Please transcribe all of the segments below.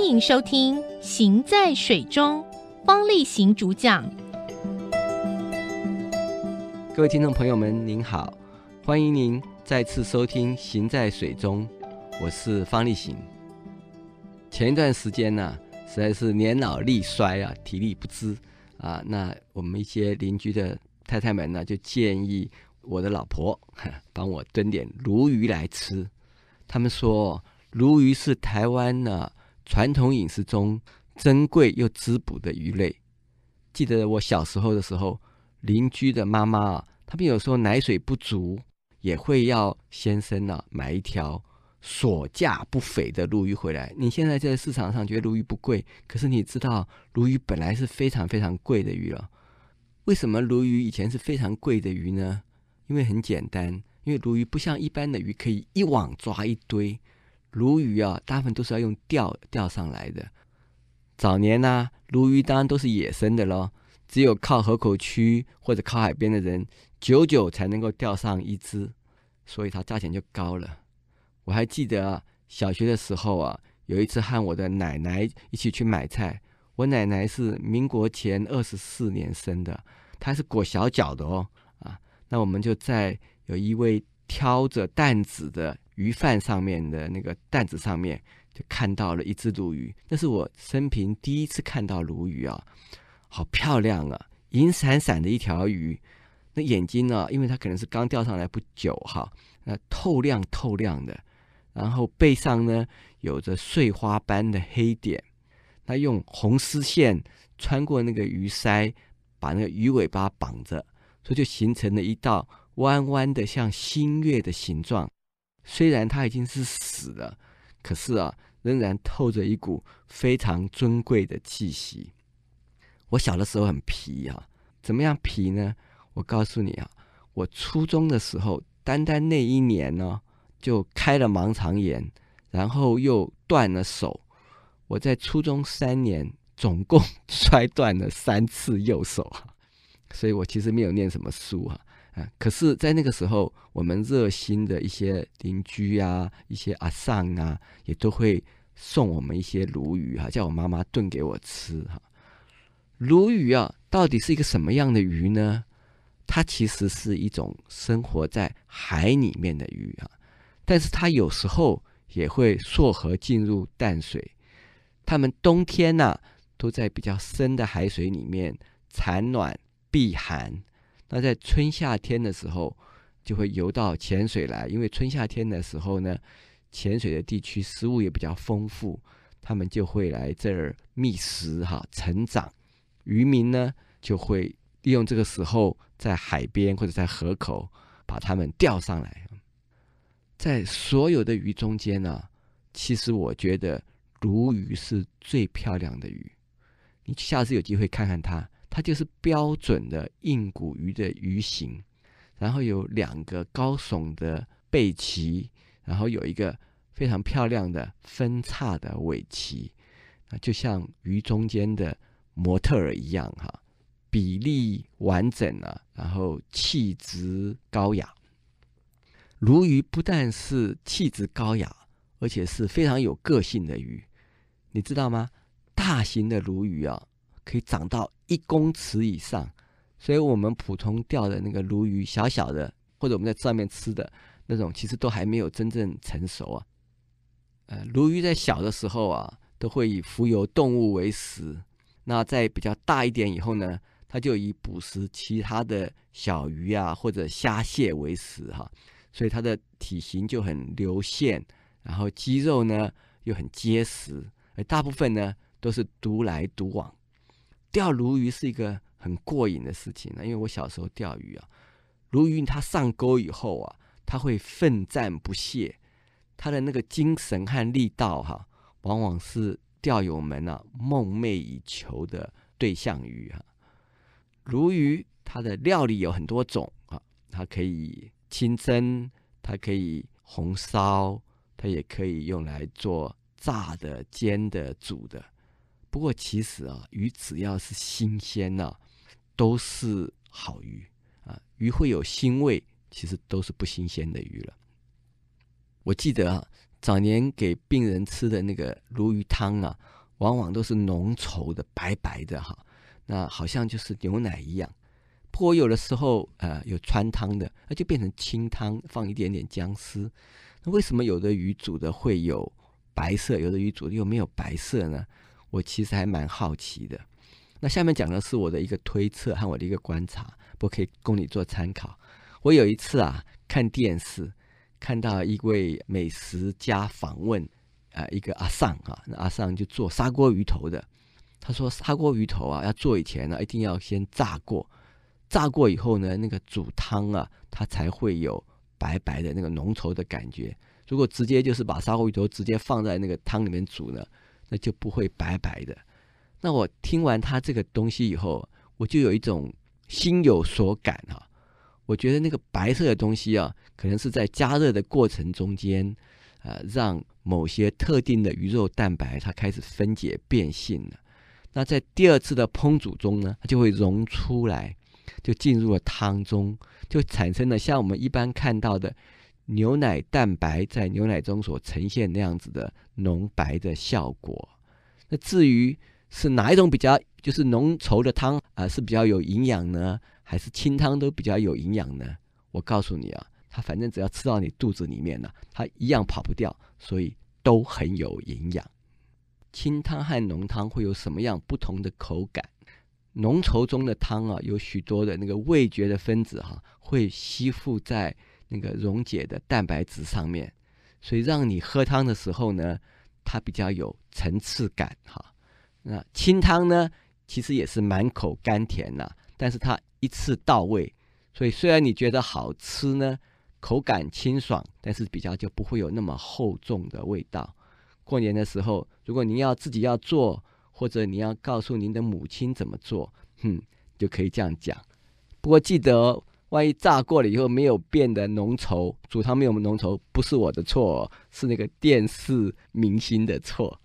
迎收听《行在水中》，方力行主讲。 各位听众朋友们您好，欢迎您再次收听《行在水中》，我是方力行。前一段时间呢，实在是年老力衰啊，体力不支啊，那我们一些邻居的太太们呢，就建议我的老婆帮我炖点鲈鱼来吃。他们说鲈鱼是台湾呢传统饮食中珍贵又滋补的鱼类。记得我小时候的时候，邻居的妈妈啊，他们有时候奶水不足，也会要先生啊买一条所价不菲的鲈鱼回来。你现在在市场上觉得鲈鱼不贵，可是你知道鲈鱼本来是非常非常贵的鱼了。为什么鲈鱼以前是非常贵的鱼呢？因为很简单，因为鲈鱼不像一般的鱼可以一网抓一堆，鲈鱼啊大部分都是要用钓上来的。早年啊，鲈鱼当然都是野生的咯，只有靠河口区或者靠海边的人久久才能够钓上一只，所以它价钱就高了。我还记得啊，小学的时候啊，有一次和我的奶奶一起去买菜。我奶奶是民国前24年生的，她是裹小脚的哦啊。那我们就在有一位挑着担子的鱼贩上面的那个担子上面，就看到了一只鲈鱼。那是我生平第一次看到鲈鱼啊，好漂亮啊，银闪闪的一条鱼。那眼睛啊，因为它可能是刚钓上来不久哈，那透亮透亮的，然后背上呢有着碎花般的黑点。他用红丝线穿过那个鱼鳃，把那个鱼尾巴绑着，所以就形成了一道弯弯的像新月的形状。虽然它已经是死了，可是啊，仍然透着一股非常尊贵的气息。我小的时候很皮啊，怎么样皮呢？我告诉你啊，我初中的时候，单单那一年呢，就开了盲肠炎，然后又断了手。我在初中3年总共摔断了3次右手啊，所以我其实没有念什么书啊。可是在那个时候，我们热心的一些邻居啊，一些阿桑啊，也都会送我们一些鲈鱼啊，叫我妈妈炖给我吃哈。鲈鱼啊，到底是一个什么样的鱼呢？它其实是一种生活在海里面的鱼啊，但是它有时候也会溯河进入淡水。它们冬天啊，都在比较深的海水里面产卵避寒。那在春夏天的时候，就会游到浅水来，因为春夏天的时候呢，浅水的地区食物也比较丰富，它们就会来这儿觅食哈，成长。渔民呢，就会利用这个时候在海边或者在河口把它们钓上来。在所有的鱼中间呢，其实我觉得鲈鱼是最漂亮的鱼。你下次有机会看看它，它就是标准的硬骨鱼的鱼形，然后有2个高耸的背鳍，然后有一个非常漂亮的分叉的尾鳍，就像鱼中间的模特儿一样哈，比例完整啊，然后气质高雅。鲈鱼不但是气质高雅，而且是非常有个性的鱼。你知道吗？大型的鲈鱼啊，可以长到1公尺以上，所以我们普通钓的那个鲈鱼，小小的，或者我们在上面吃的那种，其实都还没有真正成熟啊。鲈鱼在小的时候啊，都会以浮游动物为食。那在比较大一点以后呢，它就以捕食其他的小鱼啊或者虾蟹为食哈，所以它的体型就很流线，然后肌肉呢又很结实。大部分呢都是独来独往。钓鲈鱼是一个很过瘾的事情，因为我小时候钓鱼啊，鲈鱼它上钩以后啊，它会奋战不懈，它的那个精神和力道哈，往往是钓友们啊梦寐以求的对象鱼啊。鲈鱼它的料理有很多种啊，它可以清蒸，它可以红烧，它也可以用来做炸的、煎的、煮的。不过其实啊，鱼只要是新鲜啊，都是好鱼啊。鱼会有腥味，其实都是不新鲜的鱼了。我记得啊，早年给病人吃的那个鲈鱼汤啊， 往往都是浓稠的、白白的哈，那好像就是牛奶一样。不过有的时候有川汤的，那就变成清汤，放一点点姜丝。那为什么有的鱼煮的会有白色，有的鱼煮的又没有白色呢？我其实还蛮好奇的。那下面讲的是我的一个推测和我的一个观察，我可以供你做参考。我有一次看电视，看到一位美食家访问一个阿桑那阿桑就做砂锅鱼头的。他说砂锅鱼头要做以前呢，一定要先炸过，炸过以后呢，那个煮汤它才会有白白的那个浓稠的感觉。如果直接就是把砂锅鱼头直接放在那个汤里面煮呢，那就不会白白的。那我听完他这个东西以后，我就有一种心有所感我觉得那个白色的东西可能是在加热的过程中间让某些特定的鱼肉蛋白它开始分解变性了。那在第二次的烹煮中呢，它就会溶出来，就进入了汤中，就产生了像我们一般看到的牛奶蛋白在牛奶中所呈现那样子的浓白的效果。那至于是哪一种比较就是浓稠的汤是比较有营养呢，还是清汤都比较有营养呢？我告诉你它反正只要吃到你肚子里面它一样跑不掉，所以都很有营养。清汤和浓汤会有什么样不同的口感？浓稠中的汤有许多的那个味觉的分子会吸附在那个溶解的蛋白质上面，所以让你喝汤的时候呢，它比较有层次感那清汤呢，其实也是满口甘甜但是它一次到位，所以虽然你觉得好吃呢，口感清爽，但是比较就不会有那么厚重的味道。过年的时候，如果您自己要做，或者你要告诉您的母亲怎么做，就可以这样讲。不过记得万一炸过了以后没有变得浓稠，煮汤没有浓稠，不是我的错是那个电视明星的错。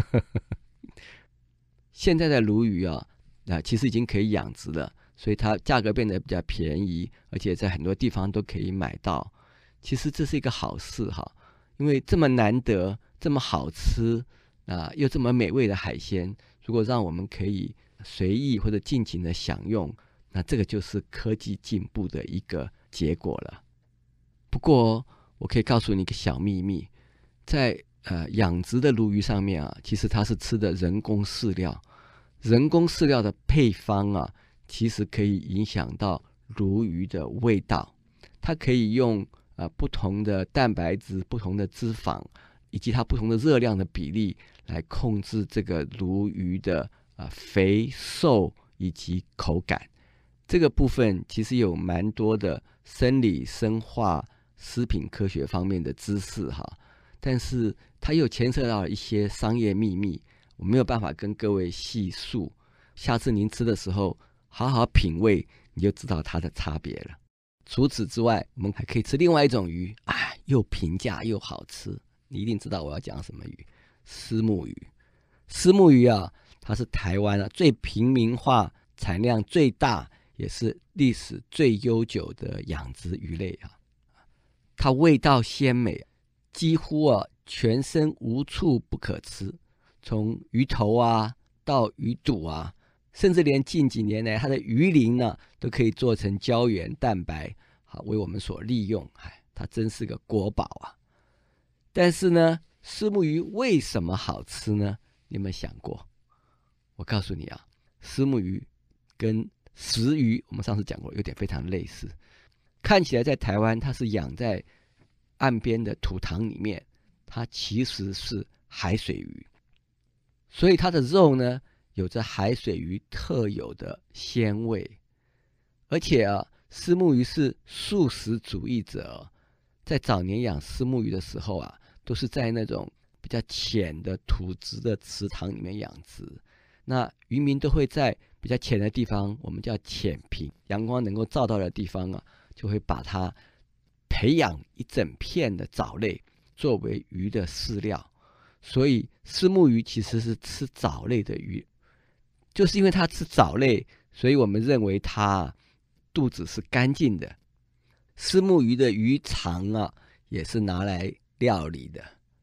现在的鲈鱼其实已经可以养殖了，所以它价格变得比较便宜，而且在很多地方都可以买到。其实这是一个好事因为这么难得、这么好吃又这么美味的海鲜，如果让我们可以随意或者尽情的享用，那这个就是科技进步的一个结果了。不过我可以告诉你一个小秘密，在养殖的鲈鱼上面其实它是吃的人工饲料。人工饲料的配方其实可以影响到鲈鱼的味道。它可以用不同的蛋白质、不同的脂肪以及它不同的热量的比例来控制这个鲈鱼的肥瘦以及口感。这个部分其实有蛮多的生理、生化、食品科学方面的知识但是它又牵涉到一些商业秘密，我没有办法跟各位细述。下次您吃的时候好好品味，你就知道它的差别了。除此之外，我们还可以吃另外一种鱼又平价又好吃，你一定知道我要讲什么鱼，虱目鱼。虱目鱼它是台湾最平民化、产量最大，也是历史最悠久的养殖鱼类它味道鲜美，几乎全身无处不可吃，从鱼头到鱼肚甚至连近几年来它的鱼鳞都可以做成胶原蛋白为我们所利用。它真是个国宝但是呢，虱目鱼为什么好吃呢？你有没有想过？我告诉你虱目鱼跟石鱼我们上次讲过有点非常类似，看起来在台湾它是养在岸边的土塘里面，它其实是海水鱼，所以它的肉呢有着海水鱼特有的鲜味。而且虱目鱼是素食主义者在早年养虱目鱼的时候都是在那种比较浅的土质的池塘里面养殖。那渔民都会在比较浅的地方，我们叫浅平，阳光能够照到的地方就会把它培养一整片的藻类作为鱼的饲料。所以虱目鱼其实是吃藻类的鱼，就是因为它吃藻类，所以我们认为它肚子是干净的。虱目鱼的鱼肠也是拿来料理的。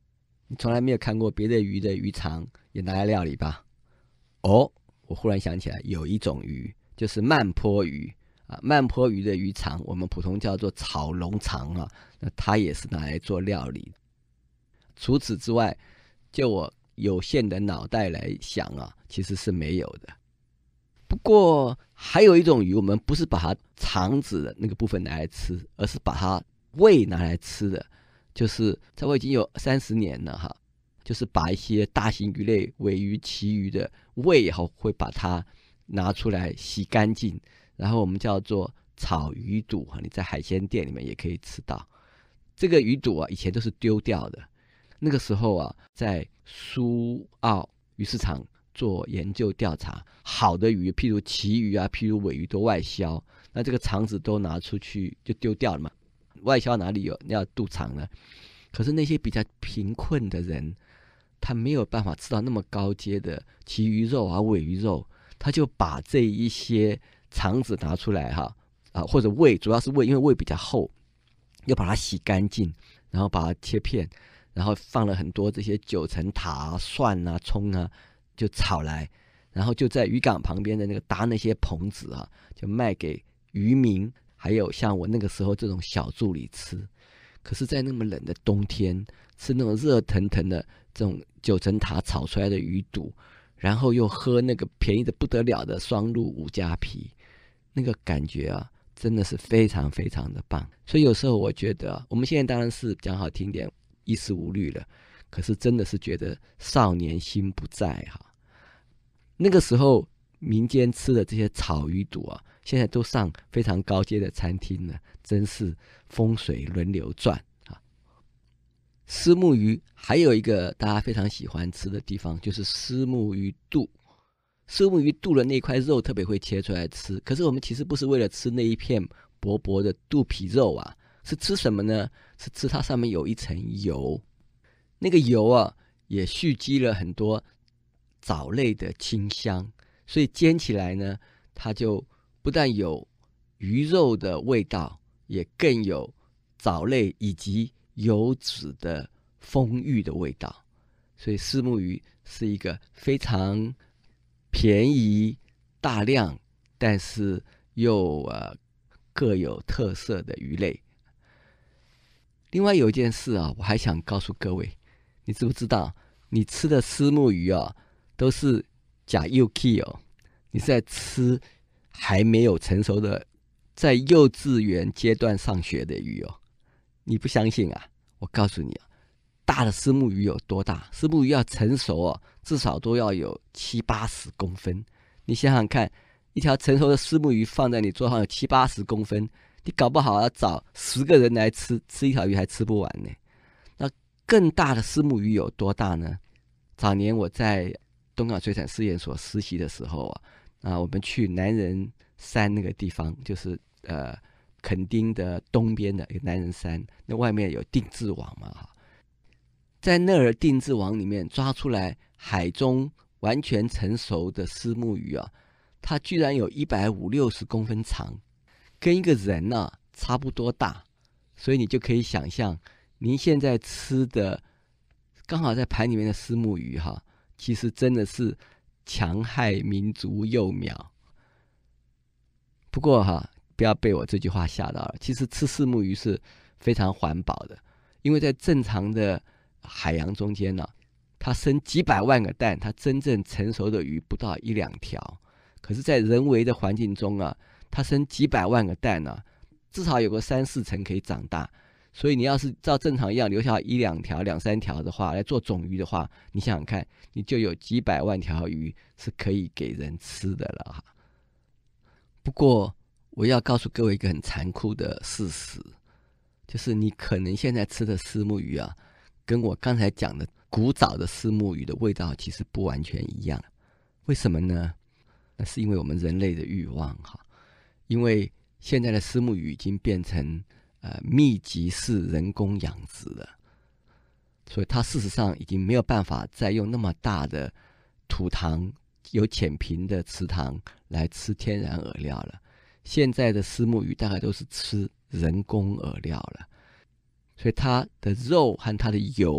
你从来没有看过别的鱼的鱼肠也拿来料理吧？哦，我忽然想起来，有一种鱼就是慢坡鱼啊，慢坡鱼的鱼肠我们普通叫做草龙肠啊，那它也是拿来做料理。除此之外，就我有限的脑袋来想啊，其实是没有的。不过还有一种鱼，我们不是把它肠子的那个部分拿来吃，而是把它胃拿来吃的。就是在我已经有30年了哈，就是把一些大型鱼类、尾鱼、旗鱼的胃会把它拿出来洗干净，然后我们叫做炒鱼肚，你在海鲜店里面也可以吃到。这个鱼肚啊，以前都是丢掉的。那个时候啊，在苏澳鱼市场做研究调查，好的鱼，譬如旗鱼啊，譬如尾鱼都外销，那这个肠子都拿出去就丢掉了嘛。外销哪里有要肚肠呢？可是那些比较贫困的人，他没有办法吃到那么高阶的旗鱼肉啊、尾鱼肉，他就把这一些肠子拿出来或者胃，主要是胃，因为胃比较厚，又把它洗干净，然后把它切片，然后放了很多这些九层塔啊、蒜啊、葱啊，就炒来，然后就在渔港旁边的那个搭那些棚子啊，就卖给渔民。还有像我那个时候这种小助理吃，可是在那么冷的冬天吃那种热腾腾的这种九层塔炒出来的鱼肚，然后又喝那个便宜的不得了的双鹿五加皮，那个感觉啊真的是非常非常的棒。所以有时候我觉得我们现在当然是讲好听点衣食无虑了，可是真的是觉得少年心不在哈。那个时候民间吃的这些炒鱼肚啊，现在都上非常高阶的餐厅了，真是风水轮流转啊。虱目鱼还有一个大家非常喜欢吃的地方，就是虱目鱼肚。虱目鱼肚的那块肉特别会切出来吃，可是我们其实不是为了吃那一片薄薄的肚皮肉啊，是吃什么呢？是吃它上面有一层油，那个油啊也蓄积了很多藻类的清香，所以煎起来呢，它就不但有鱼肉的味道，也更有藻类以及油脂的丰裕的味道。所以虱目鱼是一个非常便宜、大量，但是又各有特色的鱼类。另外有一件事啊，我还想告诉各位，你知不知道，你吃的虱目鱼啊，都是假幼气哦，你是在吃还没有成熟的，在幼稚园阶段上学的鱼哦。你不相信啊？我告诉你啊，大的虱目鱼有多大？虱目鱼要成熟哦，至少都要有70-80公分。你想想看，一条成熟的虱目鱼放在你桌上有70-80公分，你搞不好要找10个人来吃一条鱼还吃不完呢。那更大的虱目鱼有多大呢？早年我在东港水产试验所实习的时候啊，我们去南人山那个地方，就是垦丁的东边的一个南人山，那外面有定置网嘛，在那儿定置网里面抓出来海中完全成熟的虱目鱼啊，它居然有150-160公分长，跟一个人啊差不多大。所以你就可以想象，您现在吃的刚好在盘里面的虱目鱼哈，其实真的是强害民族幼苗。不过不要被我这句话吓到了，其实吃虱目鱼是非常环保的，因为在正常的海洋中间呢，它生几百万个蛋，它真正成熟的鱼不到1-2条。可是在人为的环境中啊，它生几百万个蛋啊，至少有个3-4成可以长大。所以你要是照正常一样留下1-2条、2-3条的话，来做种鱼的话，你想想看，你就有几百万条鱼是可以给人吃的了哈。不过我要告诉各位一个很残酷的事实，就是你可能现在吃的虱目鱼啊，跟我刚才讲的古早的虱目鱼的味道其实不完全一样。为什么呢？那是因为我们人类的欲望哈，因为现在的虱目鱼已经变成密集式人工养殖了，所以它事实上已经没有办法再用那么大的土塘、有浅平的池塘来吃天然饵料了。现在的虱目鱼大概都是吃人工饵料了，所以它的肉和它的油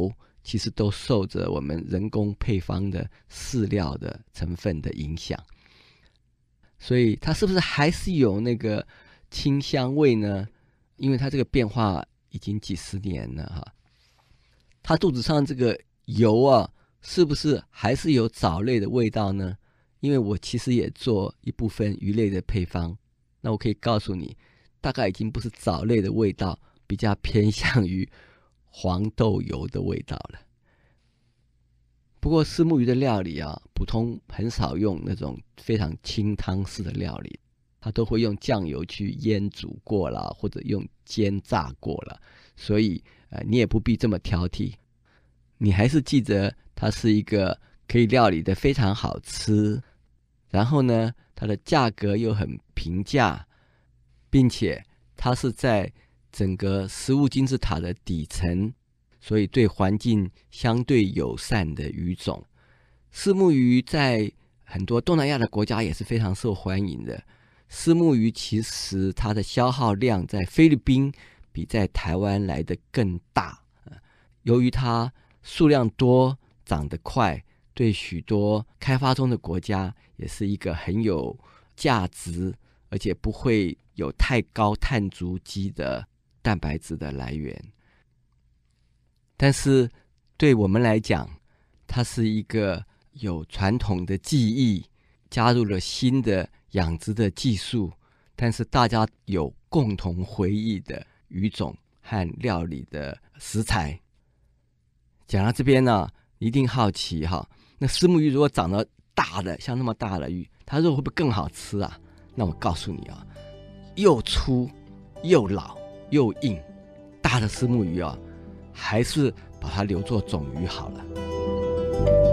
其实都受着我们人工配方的饲料的成分的影响。所以它是不是还是有那个清香味呢？因为它这个变化已经几十年了哈。它肚子上这个油啊，是不是还是有藻类的味道呢？因为我其实也做一部分鱼类的配方，那我可以告诉你，大概已经不是藻类的味道，比较偏向于黄豆油的味道了。不过虱目鱼的料理啊，普通很少用那种非常清汤式的料理，它都会用酱油去腌煮过了，或者用煎炸过了，所以你也不必这么挑剔，你还是记得它是一个可以料理的非常好吃，然后呢，它的价格又很平价，并且它是在整个食物金字塔的底层，所以对环境相对友善的鱼种。虱目鱼在很多东南亚的国家也是非常受欢迎的。虱目鱼其实它的消耗量在菲律宾比在台湾来得更大，由于它数量多，长得快，对许多开发中的国家也是一个很有价值，而且不会有太高碳足迹的蛋白质的来源。但是对我们来讲，它是一个有传统的技艺，加入了新的养殖的技术，但是大家有共同回忆的鱼种和料理的食材。讲到这边呢，一定好奇哈，那虱目鱼如果长得大的，像那么大的鱼，它肉会不会更好吃啊？那我告诉你啊，又粗又老又硬，大的虱目鱼啊，还是把它留作种鱼好了。